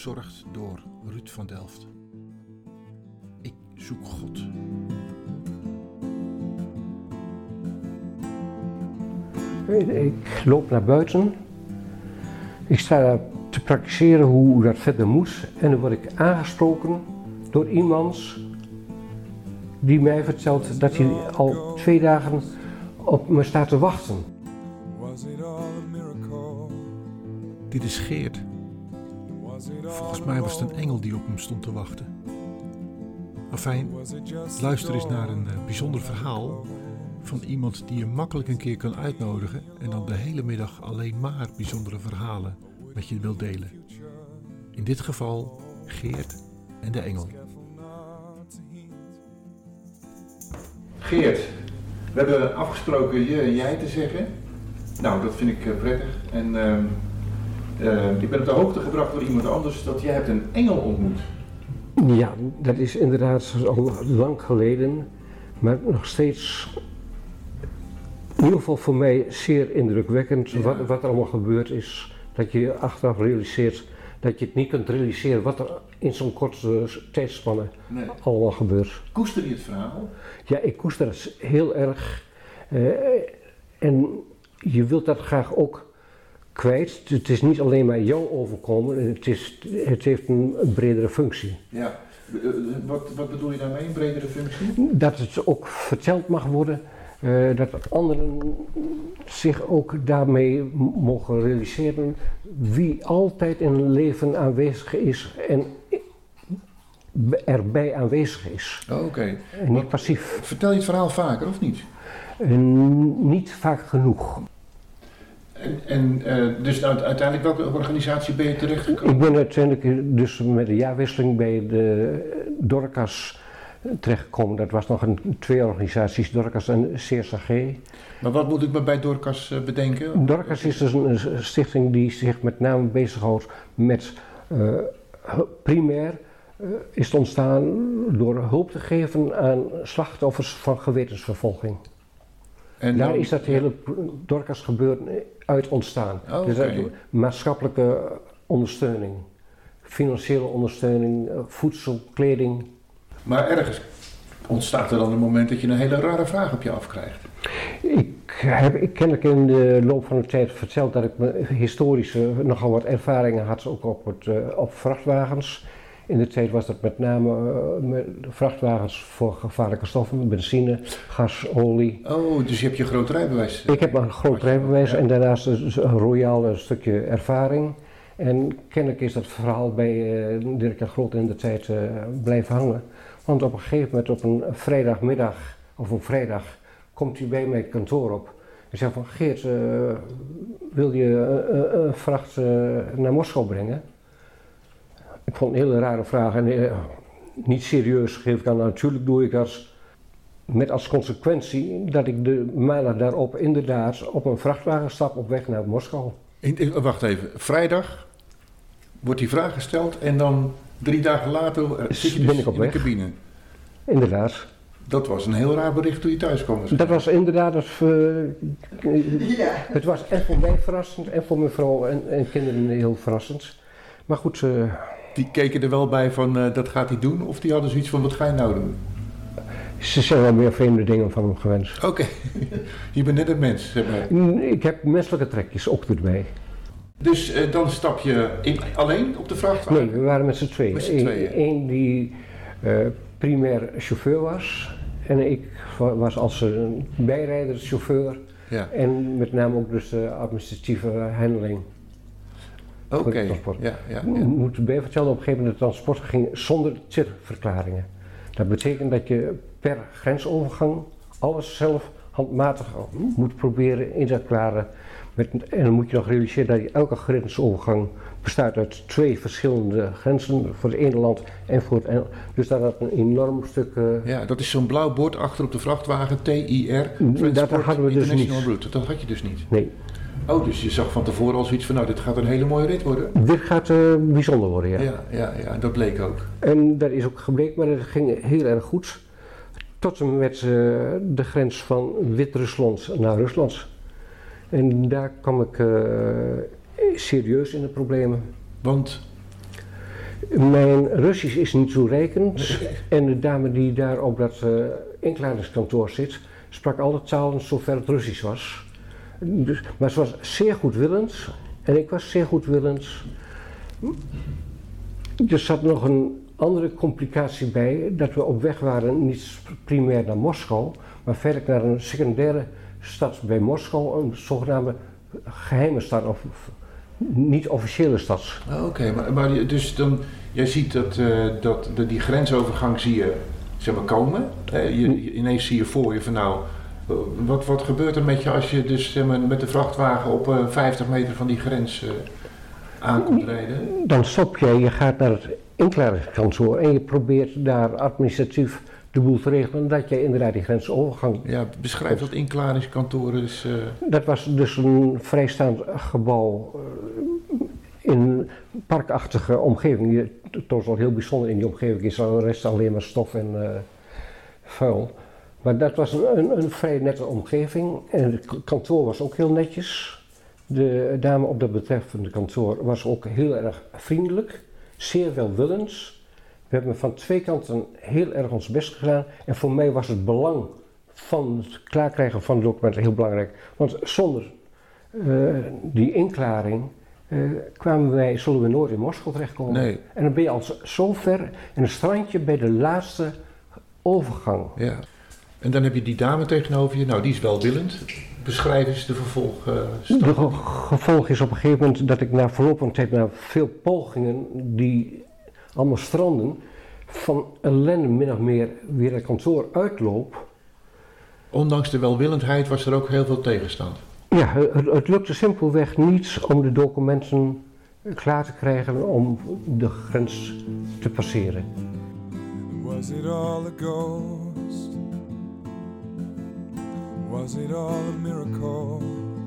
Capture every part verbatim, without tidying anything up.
bezorgd door Ruud van Delft. Ik zoek God. Ik loop naar buiten. Ik sta daar te praktiseren hoe dat verder moet. En dan word ik aangesproken door iemand die mij vertelt dat hij al twee dagen op me staat te wachten. Dit is Geert. Volgens mij was het een engel die op hem stond te wachten. Afijn, luister eens naar een uh, bijzonder verhaal van iemand die je makkelijk een keer kan uitnodigen en dan de hele middag alleen maar bijzondere verhalen met je wil delen. In dit geval Geert en de engel. Geert, we hebben afgesproken je en jij te zeggen. Nou, dat vind ik uh, prettig. En uh, uh, ik ben op de hoogte gebracht door iemand anders dat jij hebt een engel ontmoet. Ja, dat is inderdaad al lang geleden, maar nog steeds in ieder geval voor mij zeer indrukwekkend. Ja. Wat, wat er allemaal gebeurd is, dat je achteraf realiseert dat je het niet kunt realiseren wat er in zo'n korte tijdspanne nee. allemaal gebeurt. Koester je het verhaal? Ja, ik koester het heel erg. Uh, en je wilt dat graag ook kwijt. Het is niet alleen maar jou overkomen, het, is, het heeft een, een bredere functie. Ja, wat, wat bedoel je daarmee, een bredere functie? Dat het ook verteld mag worden, uh, dat anderen zich ook daarmee mogen realiseren wie altijd in hun leven aanwezig is en erbij aanwezig is. Oh, oké. Okay. En niet passief. Vertel je het verhaal vaker of niet? Uh, niet vaak genoeg. En, en uh, dus uiteindelijk, welke organisatie ben je terechtgekomen? Ik ben uiteindelijk dus met de jaarwisseling bij de Dorcas terechtgekomen. Dat was nog een, twee organisaties, Dorcas en C S H G. Maar wat moet ik me bij Dorcas uh, bedenken? Dorcas is dus een, een stichting die zich met name bezighoudt met uh, primair uh, is het ontstaan door hulp te geven aan slachtoffers van gewetensvervolging. En daar dan, is dat hele Dorcas gebeuren uit ontstaan. Oh, okay. Dus dat, maatschappelijke ondersteuning, financiële ondersteuning, voedsel, kleding. Maar ergens ontstaat er dan een moment dat je een hele rare vraag op je afkrijgt. Ik heb ik kennelijk in de loop van de tijd verteld dat ik historische nogal wat ervaringen had, ook op, het, uh, op vrachtwagens. In de tijd was dat met name uh, met vrachtwagens voor gevaarlijke stoffen, benzine, gas, olie. Oh, dus je hebt je groot rijbewijs? Ik heb een groot rijbewijs ja. En daarnaast een royaal een stukje ervaring. En kennelijk is dat verhaal bij uh, Dirk en Groot in de tijd uh, blijven hangen. Want op een gegeven moment op een vrijdagmiddag of een vrijdag komt hij bij mijn kantoor op. En zegt van Geert, uh, wil je een uh, uh, vracht uh, naar Moskou brengen? Ik vond het een hele rare vraag en uh, niet serieus geef ik aan. Natuurlijk doe ik dat met als consequentie dat ik de maandag daarop inderdaad op een vrachtwagen stap op weg naar Moskou. In, in, wacht even, vrijdag wordt die vraag gesteld en dan drie dagen later uh, zit je dus ben ik op in weg. de cabine. Inderdaad. Dat was een heel raar bericht toen je thuis kwam. Dat was inderdaad, het, uh, ja. Het was en voor mij verrassend en voor mijn vrouw en, en kinderen heel verrassend. Maar goed. Uh, Die keken er wel bij van uh, dat gaat hij doen of die hadden zoiets van wat ga je nou doen? Ze zijn wel meer vreemde dingen van hem gewend. Oké, okay. Je bent net een mens. Zeg maar. Ik heb menselijke trekjes ook erbij. Dus uh, dan stap je in, alleen op de vrachtwagen? Nee, we waren met z'n tweeën. Met z'n tweeën. Eén die uh, primair chauffeur was en ik was als een bijrijder chauffeur. Ja. En met name ook dus de administratieve handeling. Oké, okay. ja, ja, ja. Ik moet erbij vertellen, op een gegeven moment de transport ging zonder T I R-verklaringen. Dat betekent dat je per grensovergang alles zelf handmatig moet proberen in te klaren. Met, en dan moet je nog realiseren dat je elke grensovergang bestaat uit twee verschillende grenzen voor het ene land en voor het andere. Dus daar had een enorm stuk. Uh, ja, dat is zo'n blauw bord achter op de vrachtwagen, T I R. Dat hadden we dus niet. Route. Dat had je dus niet? Nee. Oh, dus je zag van tevoren al zoiets van, nou, dit gaat een hele mooie rit worden? Dit gaat uh, bijzonder worden, ja. Ja, ja, ja, dat bleek ook. En dat is ook gebleken, maar dat ging heel erg goed. Tot en met uh, de grens van Wit-Rusland naar Rusland. En daar kwam ik uh, serieus in de problemen. Want? Mijn Russisch is niet zo rekend en de dame die daar op dat uh, inklaringskantoor zit, sprak alle talen zover het Russisch was. Dus, maar ze was zeer goedwillend en ik was zeer goedwillend. Er zat nog een andere complicatie bij, dat we op weg waren niet primair naar Moskou, maar verder naar een secundaire stad bij Moskou, een zogenaamde geheime stad of niet officiële stad. Oké, okay, maar, maar dus dan, jij ziet dat, uh, dat, dat die grensovergang zie je, zeg maar, komen. Uh, je, je, ineens zie je voor je van nou, uh, wat, wat gebeurt er met je als je dus zeg maar, met de vrachtwagen op uh, vijftig meter van die grens uh, aankomt rijden? Dan stop je, je gaat naar het inklaringskantoor en je probeert daar administratief de boel te regelen dat je inderdaad die grensovergang... Ja, beschrijf dat inklaringskantoor eens. Uh... Dat was dus een vrijstaand gebouw uh, in een parkachtige omgeving. Het was wel heel bijzonder in die omgeving, is de rest alleen maar stof en uh, vuil. Maar dat was een, een, een vrij nette omgeving en het kantoor was ook heel netjes. De dame op dat betreffende kantoor was ook heel erg vriendelijk, zeer welwillend. We hebben van twee kanten heel erg ons best gedaan en voor mij was het belang van het klaarkrijgen van het document heel belangrijk. Want zonder uh, die inklaring uh, kwamen wij, zullen we nooit in Moskou terechtkomen. Nee. En dan ben je al zo ver in een strandje bij de laatste overgang. Ja. En dan heb je die dame tegenover je, nou die is welwillend. Beschrijf eens de vervolg. Uh, de gevolg is op een gegeven moment dat ik na verloop van tijd, na veel pogingen die allemaal stranden, van ellende min of meer weer het kantoor uitloop. Ondanks de welwillendheid was er ook heel veel tegenstand. Ja, het, het lukte simpelweg niet om de documenten klaar te krijgen om de grens te passeren. Was it all a ghost? Was it all a miracle?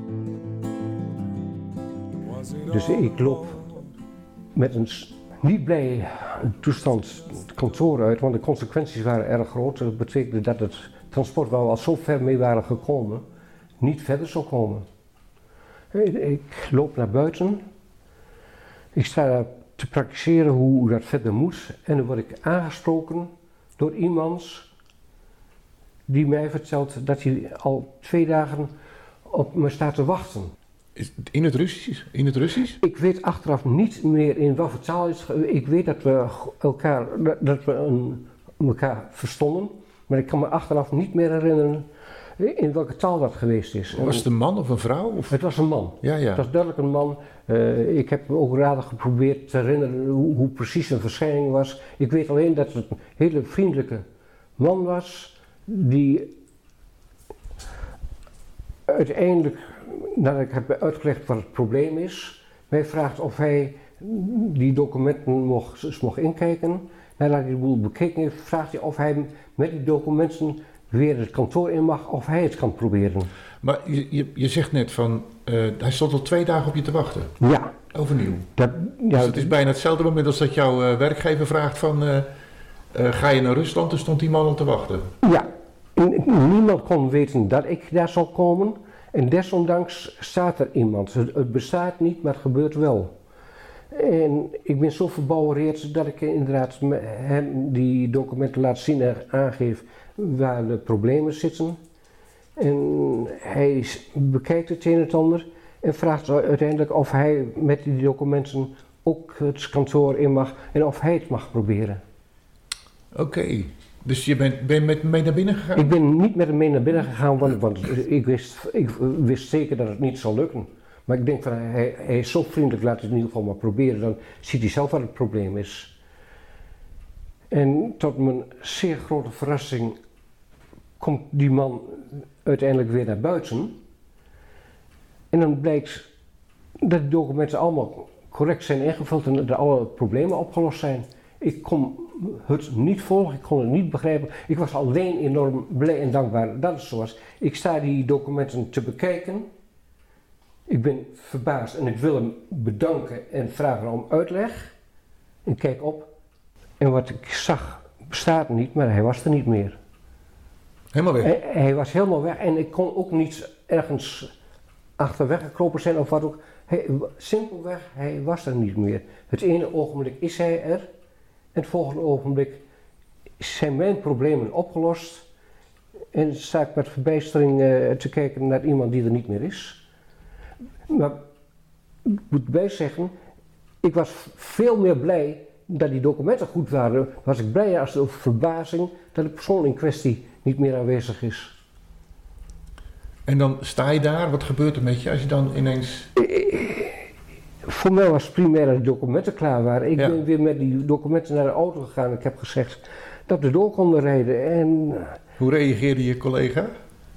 Dus ik loop met een niet blij toestand het kantoor uit, want de consequenties waren erg groot. Dat betekende dat het transport waar we al zo ver mee waren gekomen, niet verder zou komen. Ik loop naar buiten, ik sta daar te praktiseren hoe dat verder moet en dan word ik aangesproken door iemand die mij vertelt dat hij al twee dagen op me staat te wachten. In het Russisch? In het Russisch? Ik weet achteraf niet meer in welke taal het is. Ik weet dat we elkaar, dat we een, elkaar verstonden, maar ik kan me achteraf niet meer herinneren in welke taal dat geweest is. Was het een man of een vrouw? Of? Het was een man. Ja, ja. Het was duidelijk een man. Uh, ik heb ook raden geprobeerd te herinneren hoe, hoe precies zijn verschijning was. Ik weet alleen dat het een hele vriendelijke man was die uiteindelijk, nadat ik heb uitgelegd wat het probleem is, mij vraagt of hij die documenten mocht, mocht inkijken. Nadat hij de boel bekeken heeft, vraagt hij of hij met die documenten weer het kantoor in mag, of hij het kan proberen. Maar je, je, je zegt net van, uh, hij stond al twee dagen op je te wachten. Ja. Overnieuw. Dat, ja, dus het is bijna hetzelfde moment als dat jouw uh, werkgever vraagt van, uh, uh, ga je naar Rusland? Dan stond die man al te wachten. Ja. Niemand kon weten dat ik daar zou komen. En desondanks staat er iemand. Het, het bestaat niet, maar het gebeurt wel. En ik ben zo verbouwereerd dat ik inderdaad hem die documenten laat zien en aangeef waar de problemen zitten. En hij bekijkt het een en het ander en vraagt uiteindelijk of hij met die documenten ook het kantoor in mag en of hij het mag proberen. Oké. Okay. Dus je bent, ben je met mee naar binnen gegaan? Ik ben niet met hem mee naar binnen gegaan, want, want ik, wist, ik wist zeker dat het niet zou lukken. Maar ik denk van, hij, hij is zo vriendelijk, laat het in ieder geval maar proberen, dan ziet hij zelf wat het probleem is. En tot mijn zeer grote verrassing komt die man uiteindelijk weer naar buiten. En dan blijkt dat de documenten allemaal correct zijn ingevuld en dat alle problemen opgelost zijn. Ik kon het niet volgen, ik kon het niet begrijpen. Ik was alleen enorm blij en dankbaar dat het zo was. Ik sta die documenten te bekijken. Ik ben verbaasd en ik wil hem bedanken en vragen om uitleg. Ik kijk op en wat ik zag bestaat niet, maar hij was er niet meer. Helemaal weg? Hij, hij was helemaal weg en ik kon ook niet ergens achterweg gekropen zijn of wat ook. Hij, simpelweg, hij was er niet meer. Het ene ogenblik is hij er En het volgende ogenblik zijn mijn problemen opgelost. En sta ik met verbijstering uh, te kijken naar iemand die er niet meer is. Maar ik moet bij zeggen, ik was veel meer blij dat die documenten goed waren. Was ik blijer als de verbazing dat de persoon in kwestie niet meer aanwezig is. En dan sta je daar, wat gebeurt er met je als je dan ineens... Voor mij was het primair dat de documenten klaar waren. Ik ja. ben weer met die documenten naar de auto gegaan. Ik heb gezegd dat we door konden rijden. En hoe reageerde je collega?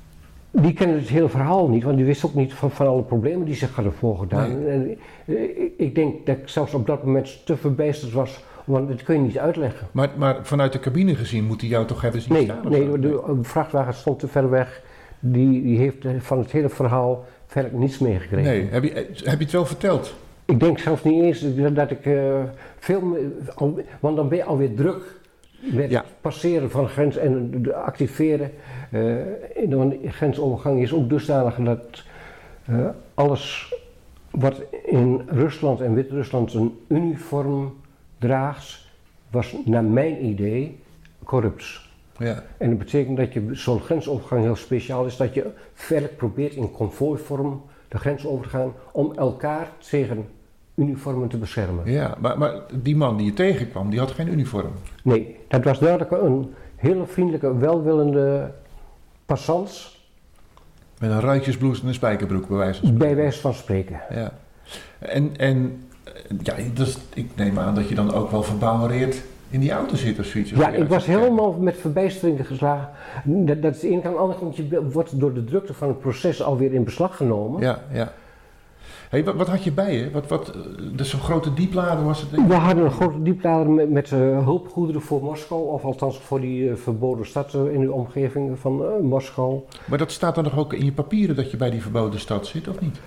Die kende het hele verhaal niet, want die wist ook niet van, van alle problemen die zich hadden voorgedaan. Nee. En, ik, ik denk dat ik zelfs op dat moment te verbijsterd was, want dat kun je niet uitleggen. Maar, maar vanuit de cabine gezien moet hij jou toch hebben zien nee, staan? Nee, zo? de, de vrachtwagen stond te ver weg. Die, die heeft van het hele verhaal verder niets meegekregen. Nee, heb je, heb je het wel verteld? Ik denk zelfs niet eens dat ik uh, veel meer, al, want dan ben je alweer druk met ja. het passeren van de grens en de activeren. Uh, de grensovergang is ook dusdanig dat uh, alles wat in Rusland en Wit-Rusland een uniform draagt, was naar mijn idee corrupt. Ja. En dat betekent dat je zo'n grensovergang heel speciaal is, dat je verder probeert in konvooivorm de grens over te gaan om elkaar tegen uniformen te beschermen. Ja, maar, maar die man die je tegenkwam, die had geen uniform? Nee, dat was duidelijk een hele vriendelijke, welwillende passant. Met een ruitjesblouse en een spijkerbroek, bij wijze van spreken. Bij wijze van spreken. Ja. En, en ja, dus, ik neem aan dat je dan ook wel verbouwereerd in die auto zit of zoiets. Ja, ik was helemaal met verbijstering geslagen. Dat, dat is de ene kant, aan de andere kant, je wordt door de drukte van het proces alweer in beslag genomen. Ja, ja. Hey, wat, wat had je bij je? Wat, wat, dus zo'n grote dieplader was het? We hadden een grote dieplader met, met uh, hulpgoederen voor Moskou, of althans voor die uh, verboden stad uh, in de omgeving van uh, Moskou. Maar dat staat dan nog ook in je papieren dat je bij die verboden stad zit, of niet?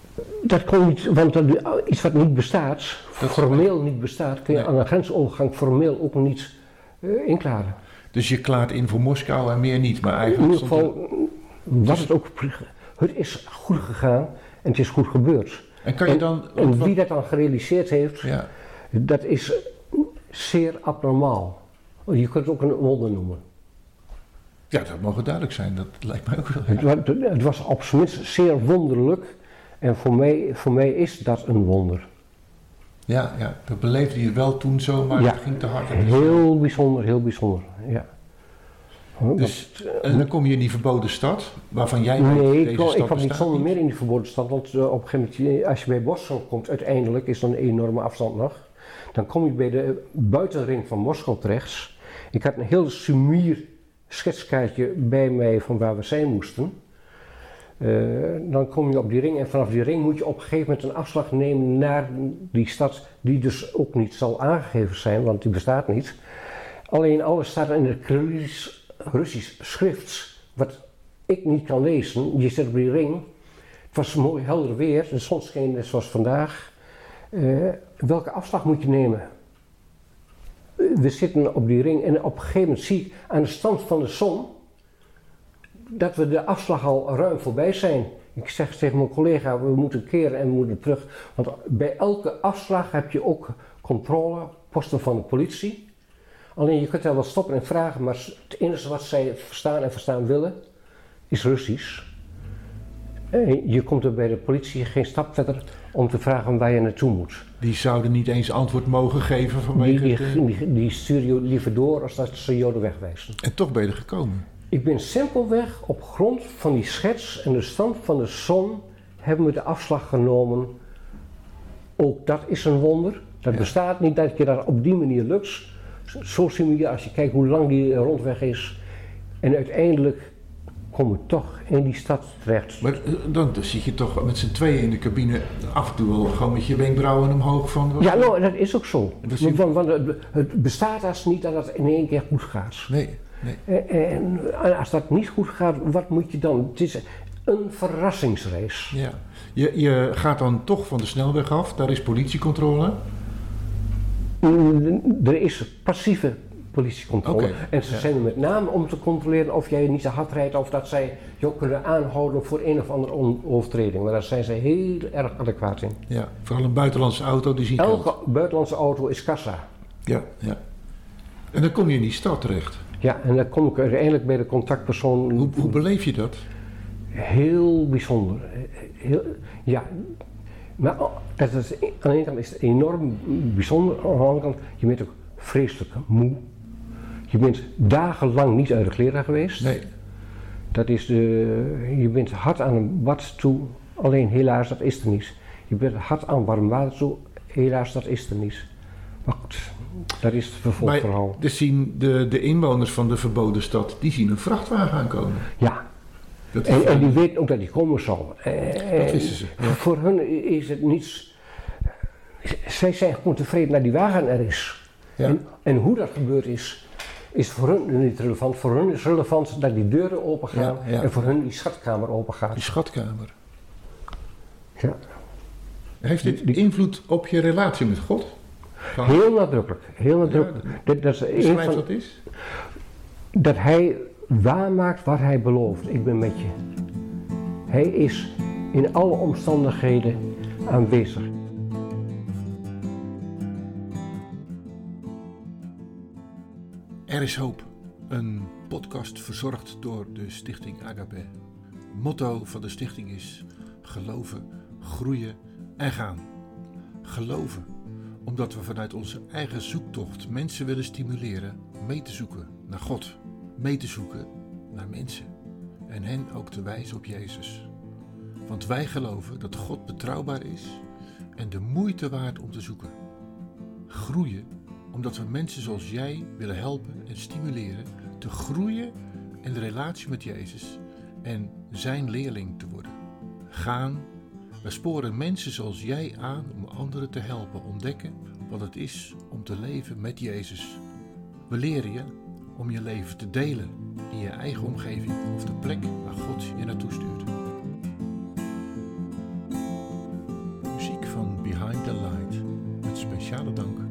Dat kon niet, want uh, iets wat niet bestaat, dat formeel niet bestaat, kun je nee. aan een grensovergang formeel ook niet uh, inklaren. Dus je klaart in voor Moskou en meer niet, maar eigenlijk... In ieder geval er... was het ook, het is goed gegaan en het is goed gebeurd. En, kan je dan, en, en wie dat dan gerealiseerd heeft, ja. dat is zeer abnormaal. Je kunt het ook een wonder noemen. Ja, dat mag duidelijk zijn, dat lijkt mij ook wel. Het, het was op zijn minst zeer wonderlijk en voor mij, voor mij is dat een wonder. Ja, ja, dat beleefde je wel toen zo, maar ja, het ging te hard. Heel bijzonder, heel bijzonder, ja. Dus en dan kom je in die verboden stad, waarvan jij weet nee, deze ik, stad ik kwam niet bestaat zonder meer in die verboden stad, want uh, op een gegeven moment, als je bij Moskou komt, uiteindelijk is er een enorme afstand nog, dan kom je bij de buitenring van Moskou terecht. Ik had een heel sumier schetskaartje bij mij van waar we zijn moesten. Uh, dan kom je op die ring en vanaf die ring moet je op een gegeven moment een afslag nemen naar die stad, die dus ook niet zal aangegeven zijn, want die bestaat niet. Alleen alles staat in het Cyrillisch Russisch schrift, wat ik niet kan lezen. Je zit op die ring, het was mooi helder weer, de zon scheen net zoals vandaag. Uh, welke afslag moet je nemen? We zitten op die ring en op een gegeven moment zie ik aan de stand van de zon dat we de afslag al ruim voorbij zijn. Ik zeg tegen mijn collega, we moeten keren en we moeten terug. Want bij elke afslag heb je ook controle, posten van de politie. Alleen je kunt daar wel stoppen en vragen, maar het enige wat zij verstaan en verstaan willen, is Russisch. En je komt er bij de politie geen stap verder om te vragen waar je naartoe moet. Die zouden niet eens antwoord mogen geven vanwege... Die, die, die, die stuur je liever door als dat ze jou de weg wijzen. En toch ben je er gekomen? Ik ben simpelweg op grond van die schets en de stand van de zon hebben we de afslag genomen. Ook dat is een wonder. Dat ja. bestaat niet dat je dat op die manier lukt. Zo zie je als je kijkt hoe lang die rondweg is. En uiteindelijk kom je toch in die stad terecht. Maar dan, dan zit je toch met z'n tweeën in de cabine af en toe wel gewoon met je wenkbrauwen omhoog van... Ja, nou, dat is ook zo. Dat want, want, want het, het bestaat als niet dat het in één keer goed gaat. Nee, nee. En, en als dat niet goed gaat, wat moet je dan? Het is een verrassingsreis. Ja. Je, je gaat dan toch van de snelweg af, daar is politiecontrole. Er is passieve politiecontrole. Okay, en ze ja. zijn er met name om te controleren of jij niet te hard rijdt of dat zij je ook kunnen aanhouden voor een of andere overtreding. Maar daar zijn ze heel erg adequaat in. Ja, vooral een buitenlandse auto die ziet Elke geld. Buitenlandse auto is kassa. Ja, ja. En dan kom je in die stad terecht. Ja, en dan kom ik uiteindelijk bij de contactpersoon. Hoe, hoe beleef je dat? Heel bijzonder. Heel, ja, maar dat is, aan de ene kant is het enorm bijzonder, aan de andere kant, je bent ook vreselijk moe. Je bent dagenlang niet uit de kleren geweest. Nee. Dat is de, je bent hard aan een bad toe, alleen helaas dat is er niet. Je bent hard aan warm water toe, helaas dat is er niet. Maar goed, dat is het vervolgverhaal. Dus zien de, de inwoners van de verboden stad, die zien een vrachtwagen aankomen. Ja. Dat en, en die weten ook dat die komen zal. Dat wisten ze. Ja. Voor hun is het niets. Zij zijn gewoon tevreden dat die wagen er is. Ja. En, en hoe dat gebeurd is, is voor hun niet relevant. Voor hun is relevant dat die deuren open gaan Ja, ja. en voor hun die schatkamer open gaat. Die schatkamer. Ja. Heeft dit invloed op je relatie met God? Van... Heel nadrukkelijk. Heel nadrukkelijk. Ja, dat, dat is een beschrijf van, wat is. dat hij waarmaakt wat hij belooft. Ik ben met je. Hij is in alle omstandigheden aanwezig. Er is hoop. Een podcast verzorgd door de stichting Agape. Het motto van de stichting is geloven, groeien en gaan. Geloven, omdat we vanuit onze eigen zoektocht mensen willen stimuleren mee te zoeken naar God. Mee te zoeken naar mensen. En hen ook te wijzen op Jezus. Want wij geloven dat God betrouwbaar is en de moeite waard om te zoeken. Groeien, omdat we mensen zoals jij willen helpen en stimuleren te groeien in de relatie met Jezus en zijn leerling te worden. Gaan, we sporen mensen zoals jij aan om anderen te helpen ontdekken wat het is om te leven met Jezus. We leren je om je leven te delen in je eigen omgeving of de plek waar God je naartoe stuurt. Muziek van Behind the Light met speciale dank